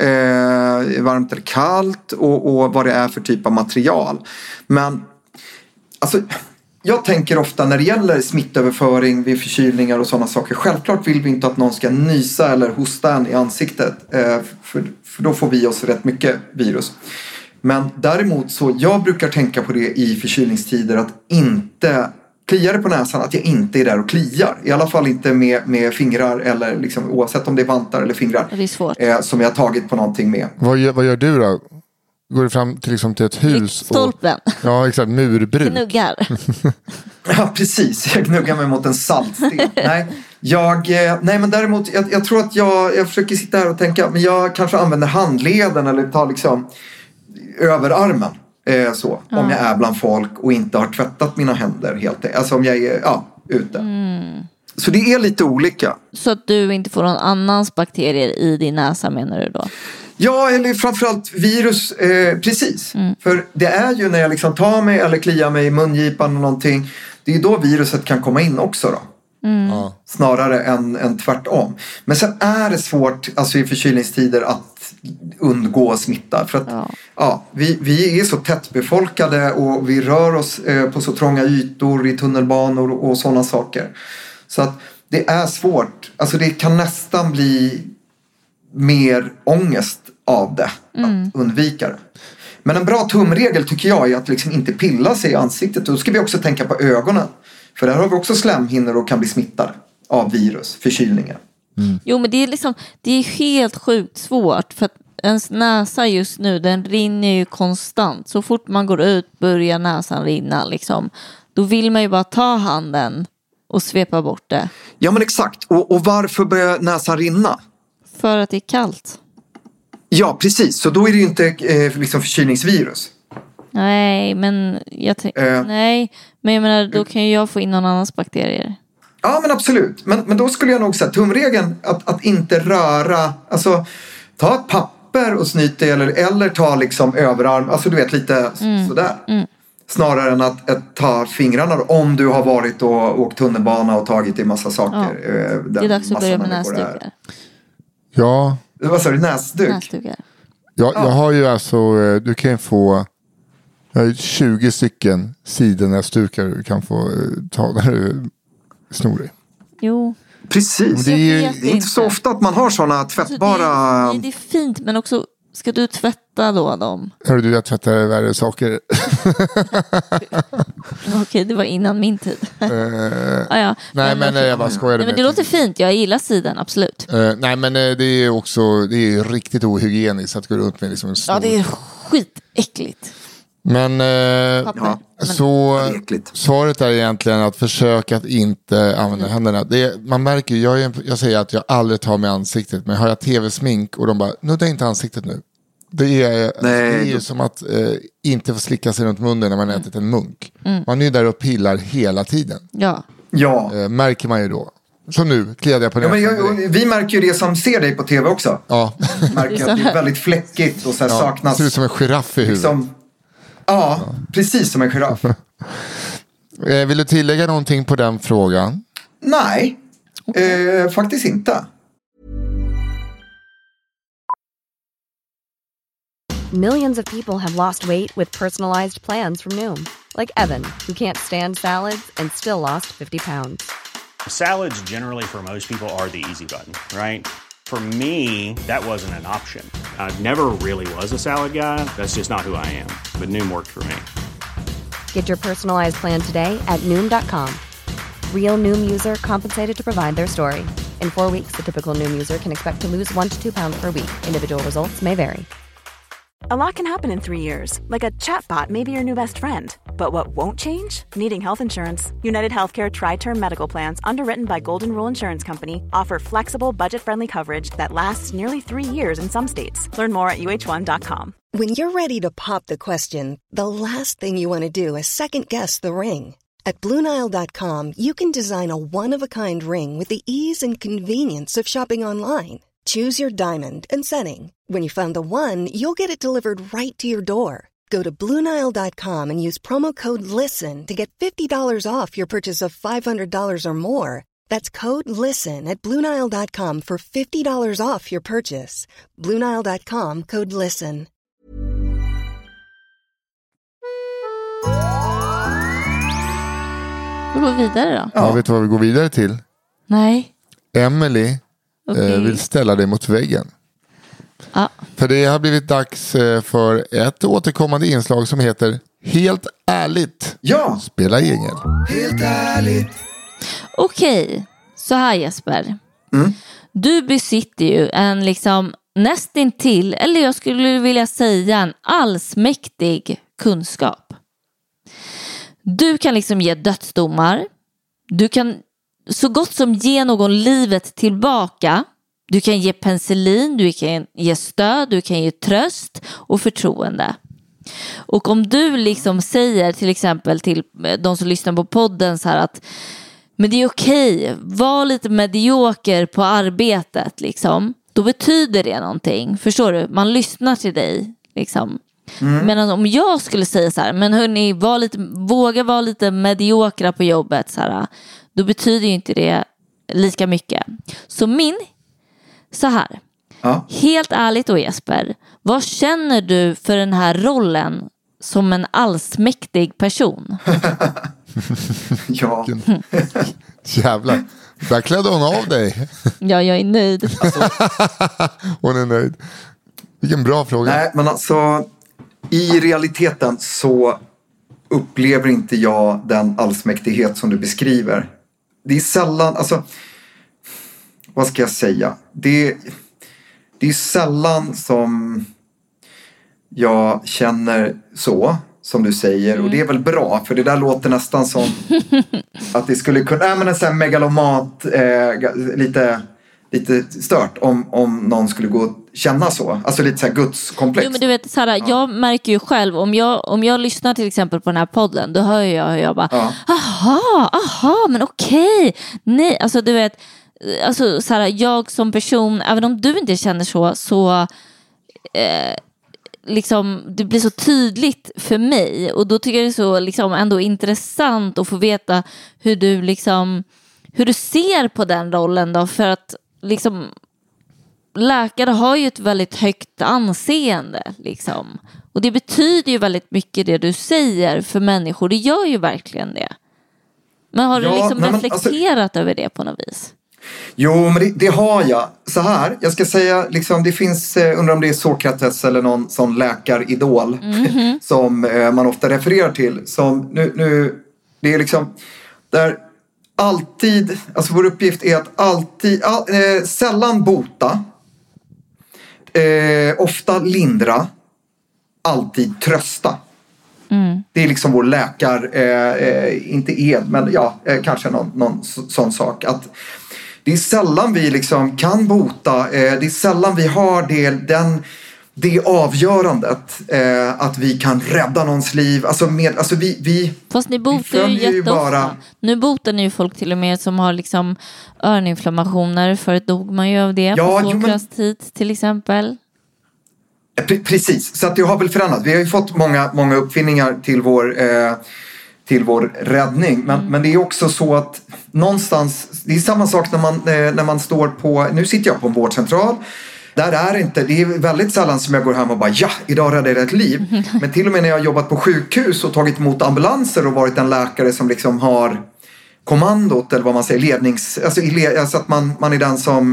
Speaker 9: varmt eller kallt, och vad det är för typ av material. Men alltså, jag tänker ofta när det gäller smittöverföring vid förkylningar och sådana saker. Självklart vill vi inte att någon ska nysa eller hosta en i ansiktet. För då får vi oss rätt mycket virus. Men däremot så, jag brukar tänka på det i förkylningstider, att inte klia det på näsan, att jag inte är där och kliar. I alla fall inte med fingrar, eller liksom, oavsett om det är vantar eller fingrar.
Speaker 8: Det är svårt.
Speaker 9: Som jag har tagit på någonting med.
Speaker 7: Vad gör du då? Går du fram till ett hus?
Speaker 8: Stolpen.
Speaker 7: Ja, exakt. Murbruk.
Speaker 8: Gnuggar.
Speaker 9: Ja, precis. Jag gnuggar mig mot en saltsten. Nej, men däremot, jag tror att jag försöker sitta här och tänka, men jag kanske använder handleden eller tar liksom överarmen. Om jag är bland folk och inte har tvättat mina händer helt enkelt. Alltså om jag är ute. Så det är lite olika.
Speaker 8: Så att du inte får någon annans bakterier i din näsa, menar du då?
Speaker 9: Ja, eller framförallt virus, precis. För det är ju när jag liksom tar mig eller kliar mig i mungipan och någonting, det är då viruset kan komma in också då. Snarare än tvärtom. Men sen är det svårt alltså i förkylningstider att undgå smitta. För att vi är så tättbefolkade och vi rör oss på så trånga ytor i tunnelbanor och sådana saker. Så att det är svårt. Alltså det kan nästan bli mer ångest av det. Att undvika det. Men en bra tumregel tycker jag är att liksom inte pilla sig i ansiktet. Då ska vi också tänka på ögonen. För där har vi också slemhinnor och kan bli smittade av virus, förkylningar.
Speaker 8: Jo, men det är helt sjukt svårt. För att ens näsa just nu, den rinner ju konstant. Så fort man går ut börjar näsan rinna liksom. Då vill man ju bara ta handen och svepa bort det.
Speaker 9: Ja, men exakt. Och varför börjar näsan rinna?
Speaker 8: För att det är kallt.
Speaker 9: Ja, precis. Så då är det ju inte liksom förkylningsvirus.
Speaker 8: Nej, men nej, men jag menar, då kan ju jag få in någon annans bakterier.
Speaker 9: Ja, men absolut. Men då skulle jag nog säga tumregeln att inte röra, alltså ta ett papper och snyt det eller ta liksom överarm, alltså du vet lite sådär. Snarare än att ta fingrarna då, om du har varit och åkt tunnelbana och tagit i massa saker.
Speaker 8: Det är dags att börja med näsdukar.
Speaker 7: Ja.
Speaker 9: Vad sa du, näsduk?
Speaker 8: Näsdukar.
Speaker 7: Jag har ju alltså, du kan få 20 stycken sidenäsdukar du kan få ta när du snor dig.
Speaker 8: Jo.
Speaker 9: Precis. Det är inte så ofta att man har sådana tvättbara...
Speaker 8: Alltså det är fint, men också ska du tvätta då dem?
Speaker 7: Hör du, jag tvättar värre saker.
Speaker 8: Okej, det var innan min tid.
Speaker 7: Nej, men jag bara skojade.
Speaker 8: Nej, men det låter fint, jag gillar siden, absolut.
Speaker 7: Nej, men det är också, det är riktigt ohygieniskt att gå runt med liksom en snor.
Speaker 8: Ja, det är skitäckligt.
Speaker 7: Men så svaret är egentligen att försöka att inte använda händerna. Man märker, jag säger att jag aldrig tar med ansiktet, men har jag tv-smink och de bara, nudda inte ansiktet nu. Det är ju som att inte få slicka sig runt munnen när man ätit en munk. Man är ju där och pillar hela tiden.
Speaker 9: Ja.
Speaker 7: Märker man ju då. Så nu kliade jag på
Speaker 9: näsan. Vi märker ju det som ser dig på tv också.
Speaker 7: Ja.
Speaker 9: Märker att det är väldigt fläckigt och så här saknas.
Speaker 7: Ser ut som en giraff i huvudet.
Speaker 9: Liksom, ja, precis som en giraff.
Speaker 7: Vill du tillägga någonting på den frågan?
Speaker 9: Nej, faktiskt inte.
Speaker 10: Millions of people have lost weight with personalized plans from Noom. Like Evan, who can't stand salads and still lost 50 pounds.
Speaker 11: Salads generally for most people are the easy button, right? For me, that wasn't an option. I never really was a salad guy. That's just not who I am. But Noom worked for me.
Speaker 10: Get your personalized plan today at Noom.com. Real Noom user compensated to provide their story. In 4 weeks, the typical Noom user can expect to lose 1 to 2 pounds per week. Individual results may vary.
Speaker 12: A lot can happen in 3 years, like a chatbot may be your new best friend. But what won't change? Needing health insurance. United Healthcare Tri-Term Medical Plans, underwritten by Golden Rule Insurance Company, offer flexible, budget-friendly coverage that lasts nearly 3 years in some states. Learn more at uh1.com.
Speaker 13: When you're ready to pop the question, the last thing you want to do is second-guess the ring. At BlueNile.com, you can design a one-of-a-kind ring with the ease and convenience of shopping online. Choose your diamond and setting. When you find the one, you'll get it delivered right to your door. Go to BlueNile.com and use promo code LISTEN to get $50 off your purchase of $500 or more. That's code LISTEN at BlueNile.com for $50 off your purchase. BlueNile.com, code LISTEN.
Speaker 8: Vi går vidare då.
Speaker 7: Ja, vet du vad vi går vidare till?
Speaker 8: Nej.
Speaker 7: Emily vill ställa dig mot väggen. För det har blivit dags för ett återkommande inslag som heter Helt ärligt.
Speaker 9: Ja.
Speaker 7: Spela jingel.
Speaker 9: Helt ärligt.
Speaker 8: Okej, så här Jesper. Du besitter ju en liksom nästintill, eller jag skulle vilja säga en allsmäktig kunskap. Du kan liksom ge dödsdomar. Du kan så gott som ge någon livet tillbaka. Du kan ge penicillin, du kan ge stöd, du kan ge tröst och förtroende. Och om du liksom säger till exempel till de som lyssnar på podden så här att men det är okej, var lite medioker på arbetet liksom. Då betyder det någonting, förstår du? Man lyssnar till dig liksom. Men om jag skulle säga så här, men hörni, våga vara lite mediokra på jobbet så här, då betyder ju inte det lika mycket. Så här. Helt ärligt då, Jesper, vad känner du för den här rollen som en allsmäktig person?
Speaker 9: Ja.
Speaker 7: Jävlar. Där klädde hon av dig.
Speaker 8: Ja, jag är nöjd.
Speaker 7: Hon är nöjd. Vilken bra fråga.
Speaker 9: Nej, men alltså i realiteten så upplever inte jag den allsmäktighet som du beskriver. Det är sällan, alltså vad ska jag säga? Det är sällan som jag känner så som du säger. Och det är väl bra, för det där låter nästan som att det skulle kunna, men en sån här megalomat, lite stört om någon skulle gå och känna så. Alltså lite så här gudskomplex.
Speaker 8: Jo, men du vet, Sara, jag märker ju själv, om jag lyssnar till exempel på den här podden, då hör jag hur jag bara, aha, men okej. Nej, alltså du vet, alltså Sara, jag som person, även om du inte känner så liksom, det blir så tydligt för mig, och då tycker jag det är så liksom ändå intressant att få veta hur du ser på den rollen då, för att liksom läkare har ju ett väldigt högt anseende liksom, och det betyder ju väldigt mycket det du säger för människor, det gör ju verkligen det. Men har du reflekterat över det på något vis?
Speaker 9: Jo, men det har jag. Så här, jag ska säga, liksom, det finns, undrar om det är Sokrates eller någon sån läkaridol som man ofta refererar till. Som nu, det är liksom, där alltid, alltså vår uppgift är att alltid, sällan bota, ofta lindra, alltid trösta. Det är liksom vår inte ed, men ja, kanske någon sån sak. Att det är sällan vi liksom kan bota, det är sällan vi har det avgörandet, att vi kan rädda någons liv. Alltså
Speaker 8: fast ni botar ju jätteofta. Nu botar ni ju folk till och med som har liksom öroninflammationer. Förut dog man ju av det på Sokrates till exempel.
Speaker 9: Precis, så att det har väl förändrats. Vi har ju fått många uppfinningar till vår räddning. Men det är också så att någonstans, det är samma sak när man står på, nu sitter jag på en vårdcentral. Där det är väldigt sällan som jag går hem och bara, idag räddade jag ett liv. Men till och med när jag har jobbat på sjukhus och tagit emot ambulanser och varit en läkare som liksom har kommandot, eller vad man säger, alltså att man är den som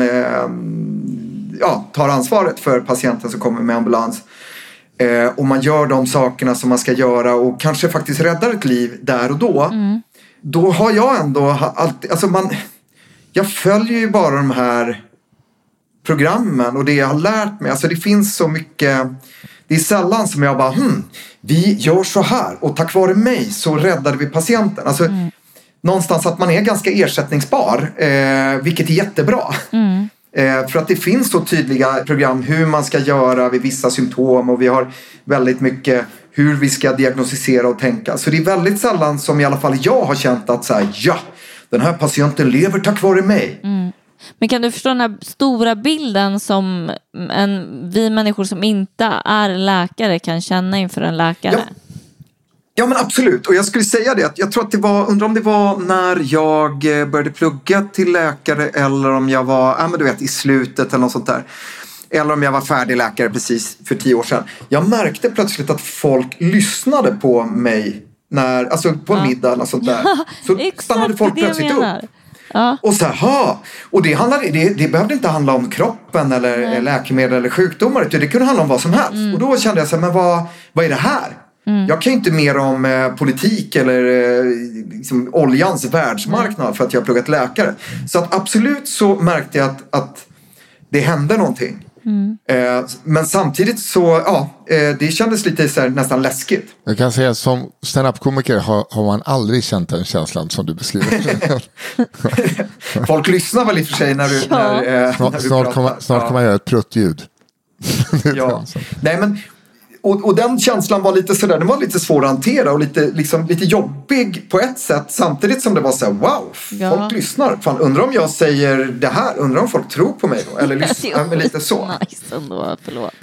Speaker 9: tar ansvaret för patienten som kommer med ambulans. Och man gör de sakerna som man ska göra och kanske faktiskt räddar ett liv där och då. Då har jag ändå alltid, alltså jag följer ju bara de här programmen och det jag har lärt mig. Alltså det finns så mycket, det är sällan som jag bara, vi gör så här och tack vare mig så räddade vi patienten. Alltså någonstans att man är ganska ersättningsbar, vilket är jättebra. För att det finns så tydliga program hur man ska göra vid vissa symptom, och vi har väldigt mycket hur vi ska diagnostisera och tänka. Så det är väldigt sällan som i alla fall jag har känt att så här, den här patienten lever tack vare mig.
Speaker 8: Men kan du förstå den här stora bilden som vi människor som inte är läkare kan känna inför en läkare?
Speaker 9: Ja, men absolut. Och jag skulle säga det, att jag tror att undrar om det var när jag började plugga till läkare, eller om jag var i slutet eller något sånt där. Eller om jag var färdig läkare precis för 10 år sedan. Jag märkte plötsligt att folk lyssnade på mig alltså på en middag eller sånt där. Så stannade folk plötsligt upp. Och så här, och det behövde inte handla om kroppen eller läkemedel eller sjukdomar, utan det kunde handla om vad som helst. Och då kände jag så här, men vad är det här? Jag kan ju inte mer om politik eller liksom oljans världsmarknad för att jag har pluggat läkare. Så att absolut så märkte jag att det hände någonting. Men samtidigt så, det kändes lite så här, nästan läskigt.
Speaker 7: Jag kan säga som stand-up-komiker har man aldrig känt den känslan som du beskriver.
Speaker 9: Folk lyssnar väl i och för sig när du
Speaker 7: snart kommer jag göra ett pruttljud.
Speaker 9: Nej, men Och den känslan var lite sådär, den var lite svår att hantera och lite jobbig på ett sätt, samtidigt som det var såhär, wow, folk lyssnar. Fan, undrar om jag säger det här, undrar om folk tror på mig då, eller lyssnar, lite så.
Speaker 8: Nice ändå, förlåt.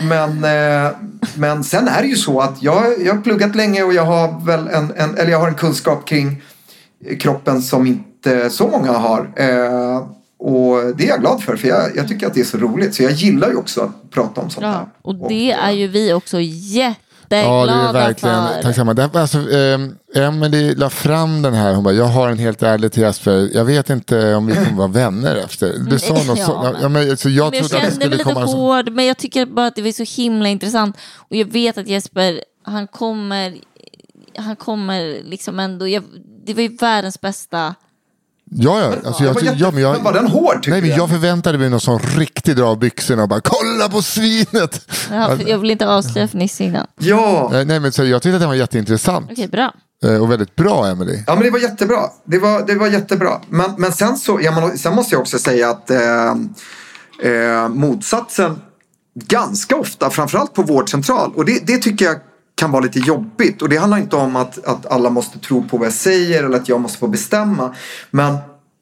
Speaker 9: Men sen är det ju så att jag har pluggat länge och jag har väl jag har en kunskap kring kroppen som inte så många har. Och det är jag glad för jag tycker att det är så roligt. Så jag gillar ju också att prata om sånt här.
Speaker 8: Och det är ju vi också jätteglada
Speaker 7: Ja, det är verkligen tacksamma. Alltså, Emelie la fram den här. Hon bara, jag har en helt ärlig till Jesper. Jag vet inte om vi kommer vara vänner efter. Du sa något så jag trodde att det skulle komma
Speaker 8: lite hård, men jag tycker bara att det var så himla intressant. Och jag vet att Jesper, han kommer liksom ändå, det var ju världens bästa.
Speaker 7: Alltså
Speaker 9: var den hård,
Speaker 7: nej, men jag förväntade mig någon sån riktigt dra av byxorna och bara kolla på svinet.
Speaker 8: Ja, jag vill inte avslöja för nyss innan.
Speaker 9: Ja.
Speaker 7: Nej, men så jag tyckte att det var jätteintressant.
Speaker 8: Okej, bra.
Speaker 7: Och väldigt bra, Emelie.
Speaker 9: Ja, men det var jättebra. Det var jättebra. Men sen så, sen måste jag också säga att motsatsen ganska ofta, framförallt på vårdcentral, och det tycker jag kan vara lite jobbigt, och det handlar inte om att alla måste tro på vad jag säger eller att jag måste få bestämma, men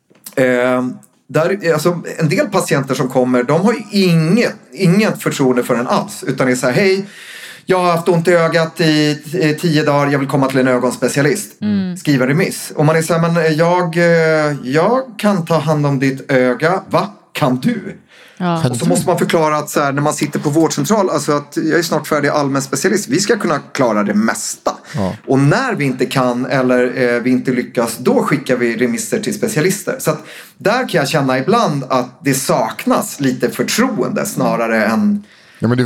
Speaker 9: alltså, en del patienter som kommer, de har ju inget förtroende för en alls, utan det är så här, hej, jag har haft ont i ögat i 10 dagar, jag vill komma till en ögonspecialist. Skriva remiss. Och man är så här, men jag kan ta hand om ditt öga. Va? Kan du? Ja. Och så måste man förklara att så här, när man sitter på vårdcentral, alltså att jag är snart färdig allmän specialist, vi ska kunna klara det mesta. Ja. Och när vi inte kan eller vi inte lyckas, då skickar vi remisser till specialister. Så att där kan jag känna ibland att det saknas lite förtroende snarare än...
Speaker 7: Ja, men du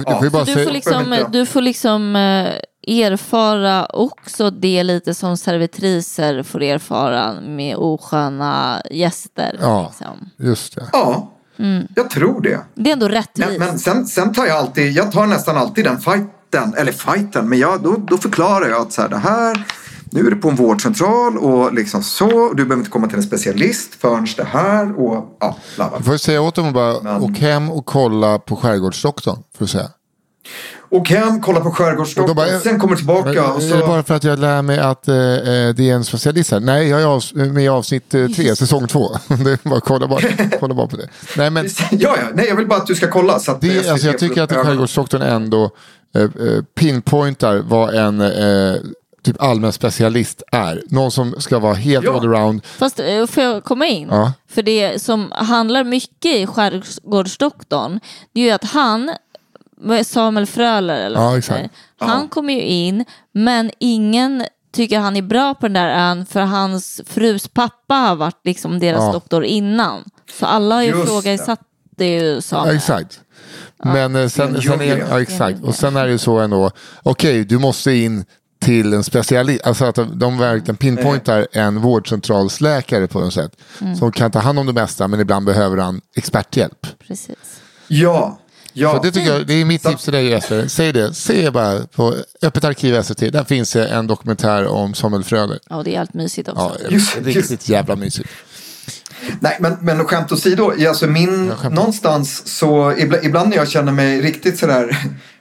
Speaker 8: får liksom erfara också det lite som servitriser får erfara med osköna gäster.
Speaker 7: Ja,
Speaker 8: liksom.
Speaker 7: Just det.
Speaker 9: Ja. Jag tror det.
Speaker 8: Det är ändå rättvist.
Speaker 9: Men sen tar jag tar nästan alltid den fighten, men då förklarar jag att så här, det här, nu är det på en vårdcentral och liksom så, du behöver inte komma till en specialist förrän det här och ja,
Speaker 7: du får säga åt dem och bara åk hem och kolla på Skärgårdsdoktorn, får du säga.
Speaker 9: Och hem, kolla på Skärgårdsdoktorn, sen kommer tillbaka. Och så...
Speaker 7: Är det bara för att jag lär mig att det är en specialist här? Nej, jag är med i avsnitt 3, säsong 2. Det är bara kolla bara på det. Nej, men...
Speaker 9: Nej, jag vill bara att du ska kolla. Så att
Speaker 7: jag tycker att Skärgårdsdoktorn ändå pinpointar vad en typ allmän specialist är. Någon som ska vara helt all around.
Speaker 8: Fast får jag komma in?
Speaker 7: Ja.
Speaker 8: För det som handlar mycket i Skärgårdsdoktorn, det är ju att han, Samuel Fröler eller han kommer ju in, men ingen tycker han är bra på den där ön, för hans frus pappa har varit liksom deras doktor innan. Så alla har ju ifrågasatt det ju Samuel.
Speaker 7: Ja, exakt. Men sen är exakt. Och sen är det ju så ändå, okej, du måste in till en specialist, alltså att de verkligen pinpointar en vårdcentralsläkare på något sätt som kan ta hand om det mesta, men ibland behöver han experthjälp.
Speaker 8: Precis.
Speaker 9: Ja.
Speaker 7: Så det tycker jag, det är mitt tips till dig, Jesper. Säg det, se bara på Öppet arkiv SVT, där finns det en dokumentär om Samuel Fröler.
Speaker 8: Ja, det är allt mysigt också.
Speaker 7: Ja, riktigt jävla mysigt.
Speaker 9: Nej, men skämt åsido, alltså någonstans så ibland när jag känner mig riktigt sådär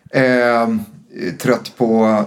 Speaker 9: trött på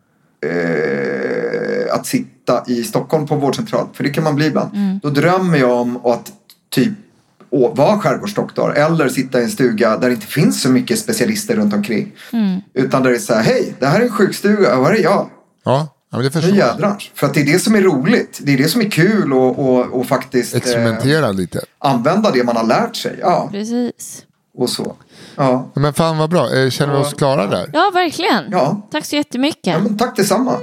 Speaker 9: att sitta i Stockholm på vårdcentral, för det kan man bli ibland. Då drömmer jag om att typ vara skärgårdsdoktor eller sitta i en stuga där det inte finns så mycket specialister runt omkring. Utan där det är så här, hej, det här är en sjukstuga, vad är det jag?
Speaker 7: Ja, men det förstår
Speaker 9: jag. För att det är det som är roligt. Det är det som är kul och faktiskt
Speaker 7: experimentera lite.
Speaker 9: Använda det man har lärt sig. Ja,
Speaker 8: precis.
Speaker 9: Och så. Ja.
Speaker 7: Men fan vad bra, känner vi oss klara där?
Speaker 8: Ja, verkligen.
Speaker 9: Ja.
Speaker 8: Tack så jättemycket.
Speaker 9: Ja, men tack detsamma.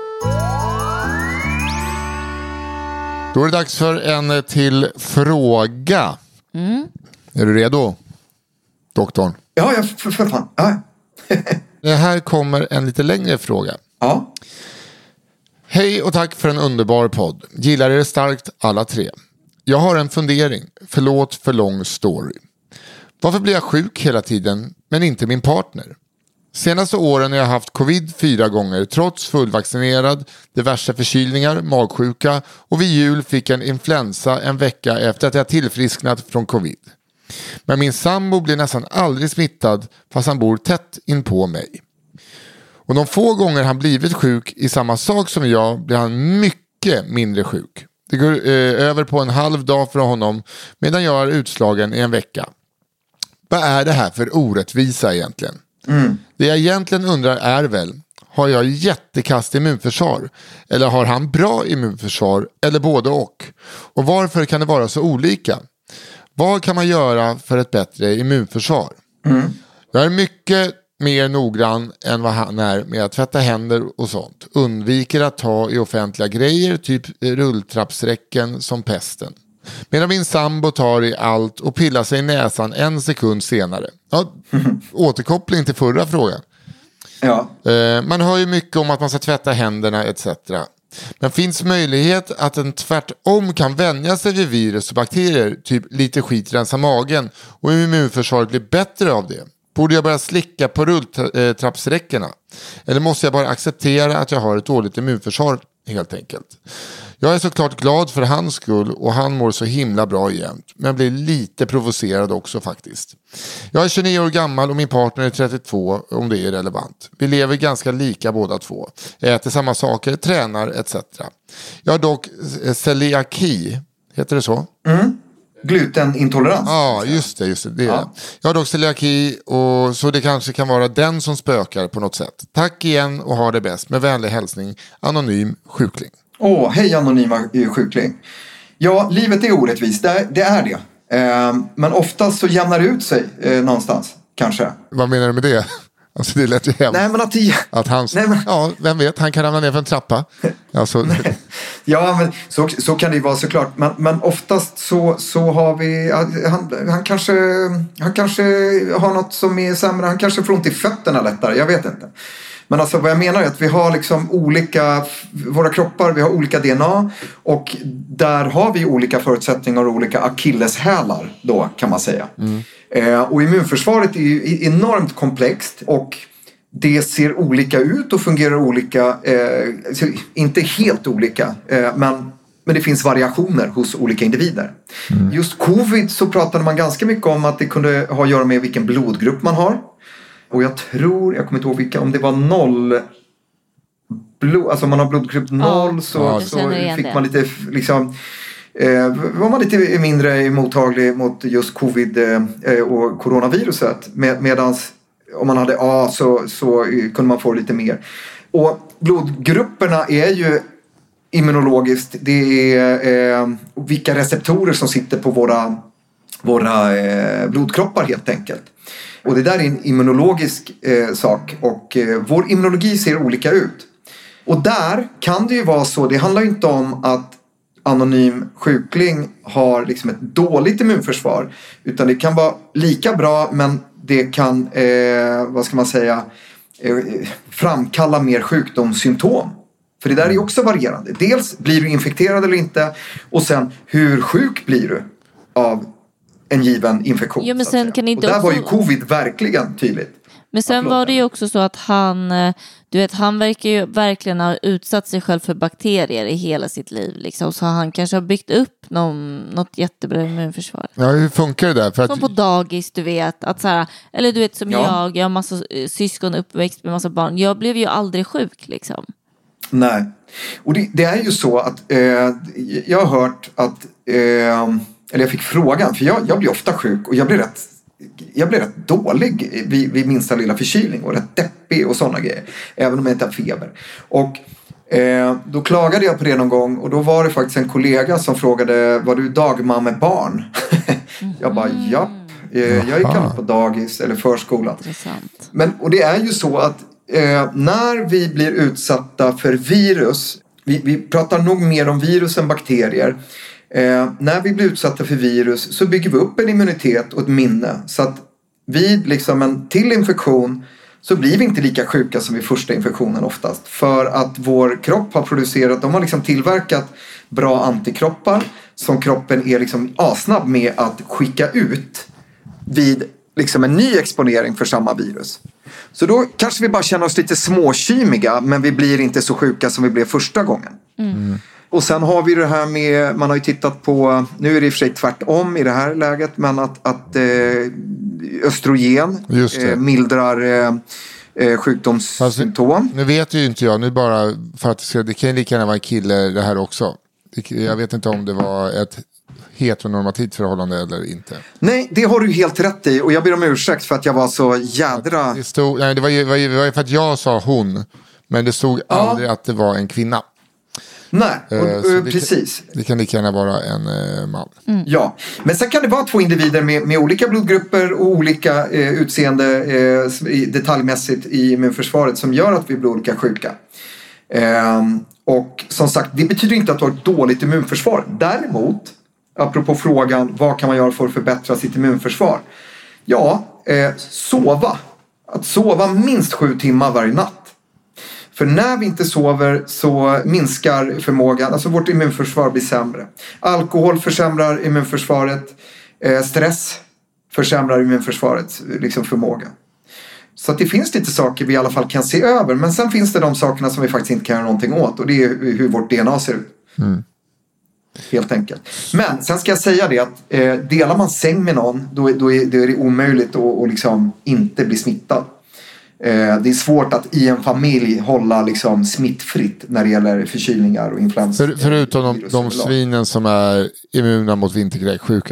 Speaker 7: Då är det dags för en till fråga. Är du redo, doktorn?
Speaker 9: Ja, för fan. Ja.
Speaker 7: Det här kommer en lite längre fråga.
Speaker 9: Ja.
Speaker 7: Hej och tack för en underbar podd. Gillar er starkt alla 3. Jag har en fundering. Förlåt för lång story. Varför blir jag sjuk hela tiden men inte min partner? Senaste åren har jag haft covid 4 gånger trots fullvaccinerad, diverse förkylningar, magsjuka och vid jul fick jag en influensa en vecka efter att jag tillfrisknat från covid. Men min sambo blir nästan aldrig smittad fast han bor tätt in på mig. Och de få gånger han blivit sjuk i samma sak som jag blir han mycket mindre sjuk. Det går över på en halv dag för honom medan jag är utslagen i en vecka. Vad är det här för orättvisa egentligen? Det jag egentligen undrar är väl, har jag jättekast immunförsvar? Eller har han bra immunförsvar? Eller både och? Och varför kan det vara så olika? Vad kan man göra för ett bättre immunförsvar? Jag är mycket mer noggrann än vad han är med att tvätta händer och sånt. Undviker att ta i offentliga grejer, typ rulltrappsräcken som pesten. Medan min sambo tar i allt och pillar sig i näsan 1 sekund senare. Ja, återkoppling till förra frågan.
Speaker 9: Ja.
Speaker 7: Man hör ju mycket om att man ska tvätta händerna etc. Men finns möjlighet att en tvärtom kan vänja sig vid virus och bakterier, typ lite skit rensa magen och immunförsvaret blir bättre av det? Borde jag börja slicka på rulltrappsräckorna? Eller måste jag bara acceptera att jag har ett dåligt immunförsvar helt enkelt? Jag är såklart glad för hans skull och han mår så himla bra jämt. Men blir lite provocerad också faktiskt. Jag är 29 år gammal och min partner är 32 om det är relevant. Vi lever ganska lika båda två. Äter samma saker, tränar etc. Jag har dock celiaki, heter det så?
Speaker 9: Glutenintolerans.
Speaker 7: Ja, just det. Ja. Jag har dock celiaki och så det kanske kan vara den som spökar på något sätt. Tack igen och ha det bäst. Med vänlig hälsning, anonym sjukling.
Speaker 9: Hej anonyma sjukling. Ja, livet är orättvist. Det är det. Men oftast så jämnar det ut sig någonstans, kanske.
Speaker 7: Vad menar du med det? Alltså det lät ju hemskt.
Speaker 9: Nej, men
Speaker 7: att hans, ja, vem vet, han kan ramla ner för en trappa. Alltså.
Speaker 9: Ja, men så kan det ju vara såklart. Men oftast så har vi, han kanske har något som är sämre. Han kanske får ont i fötterna lättare, jag vet inte. Men alltså vad jag menar är att vi har liksom våra kroppar, vi har olika DNA och där har vi olika förutsättningar och olika akilleshälar då, kan man säga. Och immunförsvaret är ju enormt komplext och det ser olika ut och fungerar olika, inte helt olika, men det finns variationer hos olika individer. Just covid så pratade man ganska mycket om att det kunde ha att göra med vilken blodgrupp man har. Och jag kommer inte ihåg om det var 0 alltså om man har blodgrupp 0 så fick man lite liksom var man lite mindre mottaglig mot just covid och coronaviruset medans om man hade A så kunde man få lite mer. Och blodgrupperna är ju immunologiskt, det är vilka receptorer som sitter på våra blodkroppar helt enkelt. Och det där är en immunologisk sak och vår immunologi ser olika ut. Och där kan det ju vara så, det handlar ju inte om att anonym sjukling har liksom ett dåligt immunförsvar. Utan det kan vara lika bra men det kan, framkalla mer sjukdomssymptom. För det där är ju också varierande. Dels blir du infekterad eller inte och sen hur sjuk blir du av en given infektion.
Speaker 8: Ja, men sen kan inte
Speaker 9: och där var ju covid verkligen tydligt.
Speaker 8: Men sen var det ju också så att han verkar ju verkligen ha utsatt sig själv för bakterier i hela sitt liv. Liksom. Så han kanske har byggt upp något jättebra immunförsvar.
Speaker 7: Ja, hur funkar det där?
Speaker 8: Som på dagis, du vet. Att så här, eller du vet som jag har massa syskon uppväxt med massa barn. Jag blev ju aldrig sjuk liksom.
Speaker 9: Nej. Och det är ju så att jag har hört att eller jag fick frågan, för jag blir ofta sjuk och jag blir rätt dålig vid minsta lilla förkylning och rätt deppig och sådana grejer, även om jag inte har feber. Och då klagade jag på det någon gång och då var det faktiskt en kollega som frågade, var du dagmammebarn? Jag bara, japp, jag gick aldrig på dagis eller förskolan. Och det är ju så att när vi blir utsatta för virus, vi pratar nog mer om virus än bakterier. När vi blir utsatta för virus så bygger vi upp en immunitet och ett minne. Så att vid liksom en till infektion så blir vi inte lika sjuka som vid första infektionen oftast. För att vår kropp har producerat, de har liksom tillverkat bra antikroppar som kroppen är liksom asnabb med att skicka ut vid liksom en ny exponering för samma virus. Så då kanske vi bara känner oss lite småkymiga men vi blir inte så sjuka som vi blev första gången. Och sen har vi det här med, man har ju tittat på, nu är det i och för sig tvärtom i det här läget, men att östrogen mildrar sjukdomssymptom.
Speaker 7: Nu vet ju inte jag, nu bara för att det kan lika gärna vara en kille det här också. Jag vet inte om det var ett heteronormativt förhållande eller inte.
Speaker 9: Nej, det har du helt rätt i. Och jag ber om ursäkt för att jag var så jädra...
Speaker 7: Det var ju för att jag sa hon. Men det stod aldrig att det var en kvinna.
Speaker 9: Nej, precis.
Speaker 7: Det kan lika gärna vara en man.
Speaker 9: Mm. Ja, men sen kan det vara två individer med olika blodgrupper och olika utseende detaljmässigt i immunförsvaret som gör att vi blir olika sjuka. Och som sagt, det betyder inte att du har ett dåligt immunförsvar. Däremot, apropå frågan, vad kan man göra för att förbättra sitt immunförsvar? Ja, sova. Att sova minst 7 timmar varje natt. För när vi inte sover så minskar förmågan, alltså vårt immunförsvar blir sämre. Alkohol försämrar immunförsvaret, stress försämrar immunförsvarets liksom förmåga. Så att det finns lite saker vi i alla fall kan se över. Men sen finns det de sakerna som vi faktiskt inte kan göra någonting åt. Och det är hur vårt DNA ser ut. Mm. Helt enkelt. Men sen ska jag säga det att delar man säng med någon då är det omöjligt att liksom inte bli smittad. Det är svårt att i en familj hålla liksom smittfritt när det gäller förkylningar och influensa.
Speaker 7: Förutom de svinen som är immuna mot vinterkräksjukan.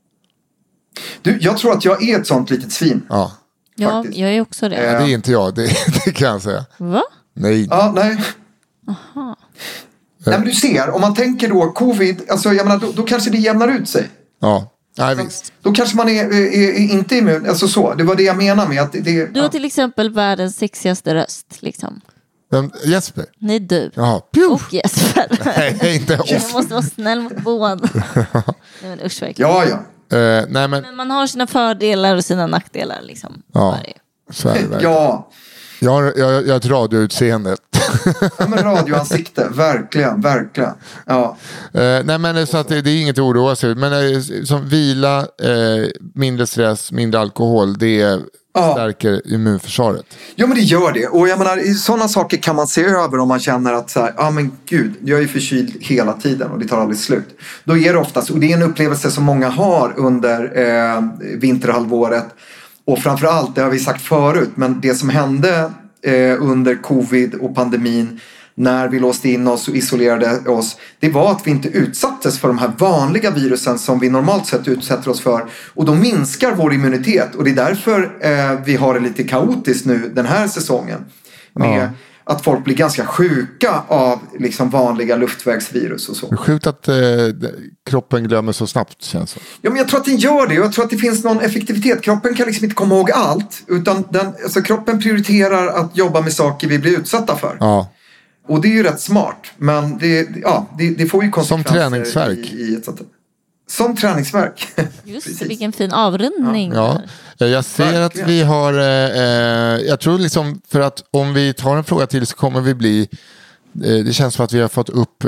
Speaker 9: Du, jag tror att jag är ett sånt litet svin.
Speaker 8: Ja, faktiskt. Jag är också det.
Speaker 7: Det är inte jag, det kan jag säga.
Speaker 8: Va?
Speaker 7: Nej.
Speaker 9: Ja, nej.
Speaker 8: Aha.
Speaker 9: Nej, men du ser, om man tänker då covid, alltså jag menar, då kanske det jämnar ut sig.
Speaker 7: Ja. Nej, visst.
Speaker 9: Då kanske man är inte immun. Alltså så, det var det jag menar med att det
Speaker 8: du har till exempel världens sexigaste röst liksom.
Speaker 7: Jesper?
Speaker 8: Nej, du.
Speaker 7: Jaha.
Speaker 8: Och Jesper.
Speaker 7: Nej, inte oss.
Speaker 8: Jag måste vara snäll mot båda. Nej, men usch, verkligen.
Speaker 9: Ja.
Speaker 7: Nej,
Speaker 8: men man har sina fördelar och sina nackdelar liksom.
Speaker 7: Ja, så är det.
Speaker 9: Ja.
Speaker 7: Jag har ett radioutseende.
Speaker 9: Ja, men radioansikte, verkligen. Ja.
Speaker 7: Nej, men så att det är inget att oroa sig. Men som vila, mindre stress, mindre alkohol, det stärker immunförsvaret.
Speaker 9: Ja, men det gör det. Och jag menar, sådana saker kan man se över om man känner att så här, men gud, jag är förkyld hela tiden och det tar aldrig slut. Då är det oftast, och det är en upplevelse som många har under vinterhalvåret. Och framförallt, det har vi sagt förut, men det som hände under covid och pandemin när vi låste in oss och isolerade oss, det var att vi inte utsattes för de här vanliga virusen som vi normalt sett utsätter oss för, och då minskar vår immunitet, och det är därför vi har det lite kaotiskt nu den här säsongen med att folk blir ganska sjuka av liksom vanliga luftvägsvirus och så.
Speaker 7: Det är sjukt att kroppen glömmer så snabbt, känns det.
Speaker 9: Ja, men jag tror att den gör det, och jag tror att det finns någon effektivitet. Kroppen kan liksom inte komma ihåg allt, utan kroppen prioriterar att jobba med saker vi blir utsatta för.
Speaker 7: Ja.
Speaker 9: Och det är ju rätt smart, men det får ju konsekvenser.
Speaker 7: Som träningsverk.
Speaker 9: Som träningsverk.
Speaker 8: Just det, vilken fin avrundning.
Speaker 7: Ja. Jag ser att vi har, jag tror liksom, för att om vi tar en fråga till så kommer vi bli, det känns som att vi har fått upp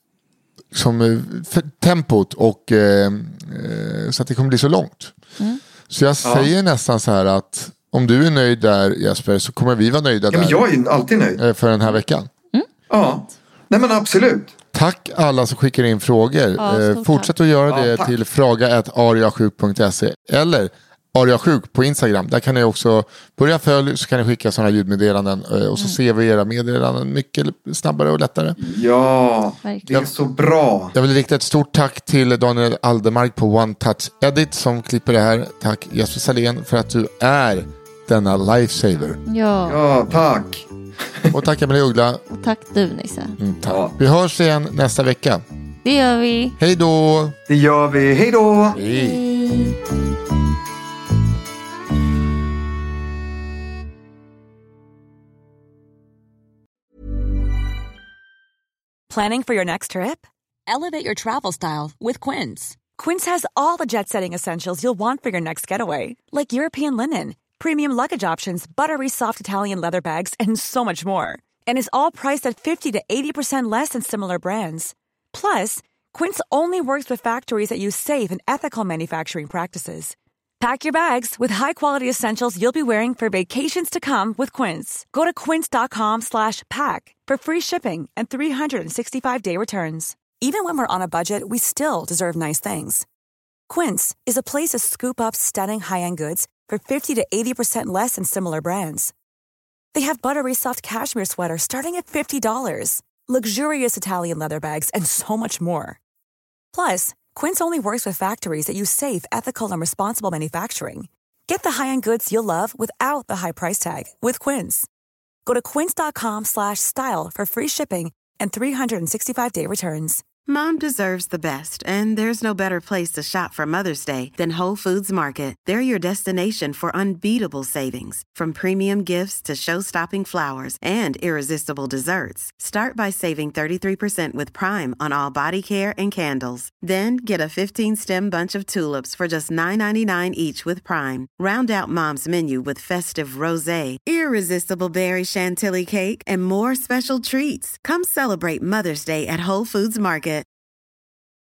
Speaker 7: som tempot och så att det kommer bli så långt. Så jag säger nästan så här att om du är nöjd där, Jesper, så kommer vi vara nöjda där.
Speaker 9: Men jag är ju alltid nöjd.
Speaker 7: För den här veckan.
Speaker 9: Ja, nej men absolut.
Speaker 7: Tack alla som skickar in frågor. Fortsätt att göra det till fraga@ariasjuk.se eller ariasjuk på Instagram. Där kan ni också börja följa, så kan ni skicka sådana ljudmeddelanden och så ser vi era meddelanden mycket snabbare och lättare.
Speaker 9: Ja, det är så bra.
Speaker 7: Jag vill rikta ett stort tack till Daniel Aldermark på One Touch Edit som klipper det här. Tack Jesper Salén för att du är denna lifesaver.
Speaker 9: Ja, tack.
Speaker 7: Och tack Emilie Uggla.
Speaker 8: Och tack du, Nisse.
Speaker 7: Tack. Ja. Vi hörs igen nästa vecka.
Speaker 8: Det gör vi.
Speaker 7: Hej då.
Speaker 9: Det gör vi. Hej då.
Speaker 7: Hej.
Speaker 12: Planning for your next trip? Elevate your travel style with Quince. Quince has all the jet-setting essentials you'll want for your next getaway, like European linen, premium luggage options, buttery soft Italian leather bags, and so much more. And is all priced at 50 to 80% less than similar brands. Plus, Quince only works with factories that use safe and ethical manufacturing practices. Pack your bags with high-quality essentials you'll be wearing for vacations to come with Quince. Go to quince.com/pack for free shipping and 365-day returns. Even when we're on a budget, we still deserve nice things. Quince is a place to scoop up stunning high-end goods for 50 to 80% less than similar brands. They have buttery soft cashmere sweaters starting at $50, luxurious Italian leather bags, and so much more. Plus, Quince only works with factories that use safe, ethical, and responsible manufacturing. Get the high-end goods you'll love without the high price tag with Quince. Go to quince.com/style for free shipping and 365-day returns.
Speaker 14: Mom deserves the best, and there's no better place to shop for Mother's Day than Whole Foods Market. They're your destination for unbeatable savings, from premium gifts to show-stopping flowers and irresistible desserts. Start by saving 33% with Prime on all body care and candles. Then get a 15-stem bunch of tulips for just $9.99 each with Prime. Round out Mom's menu with festive rosé, irresistible berry chantilly cake, and more special treats. Come celebrate Mother's Day at Whole Foods Market.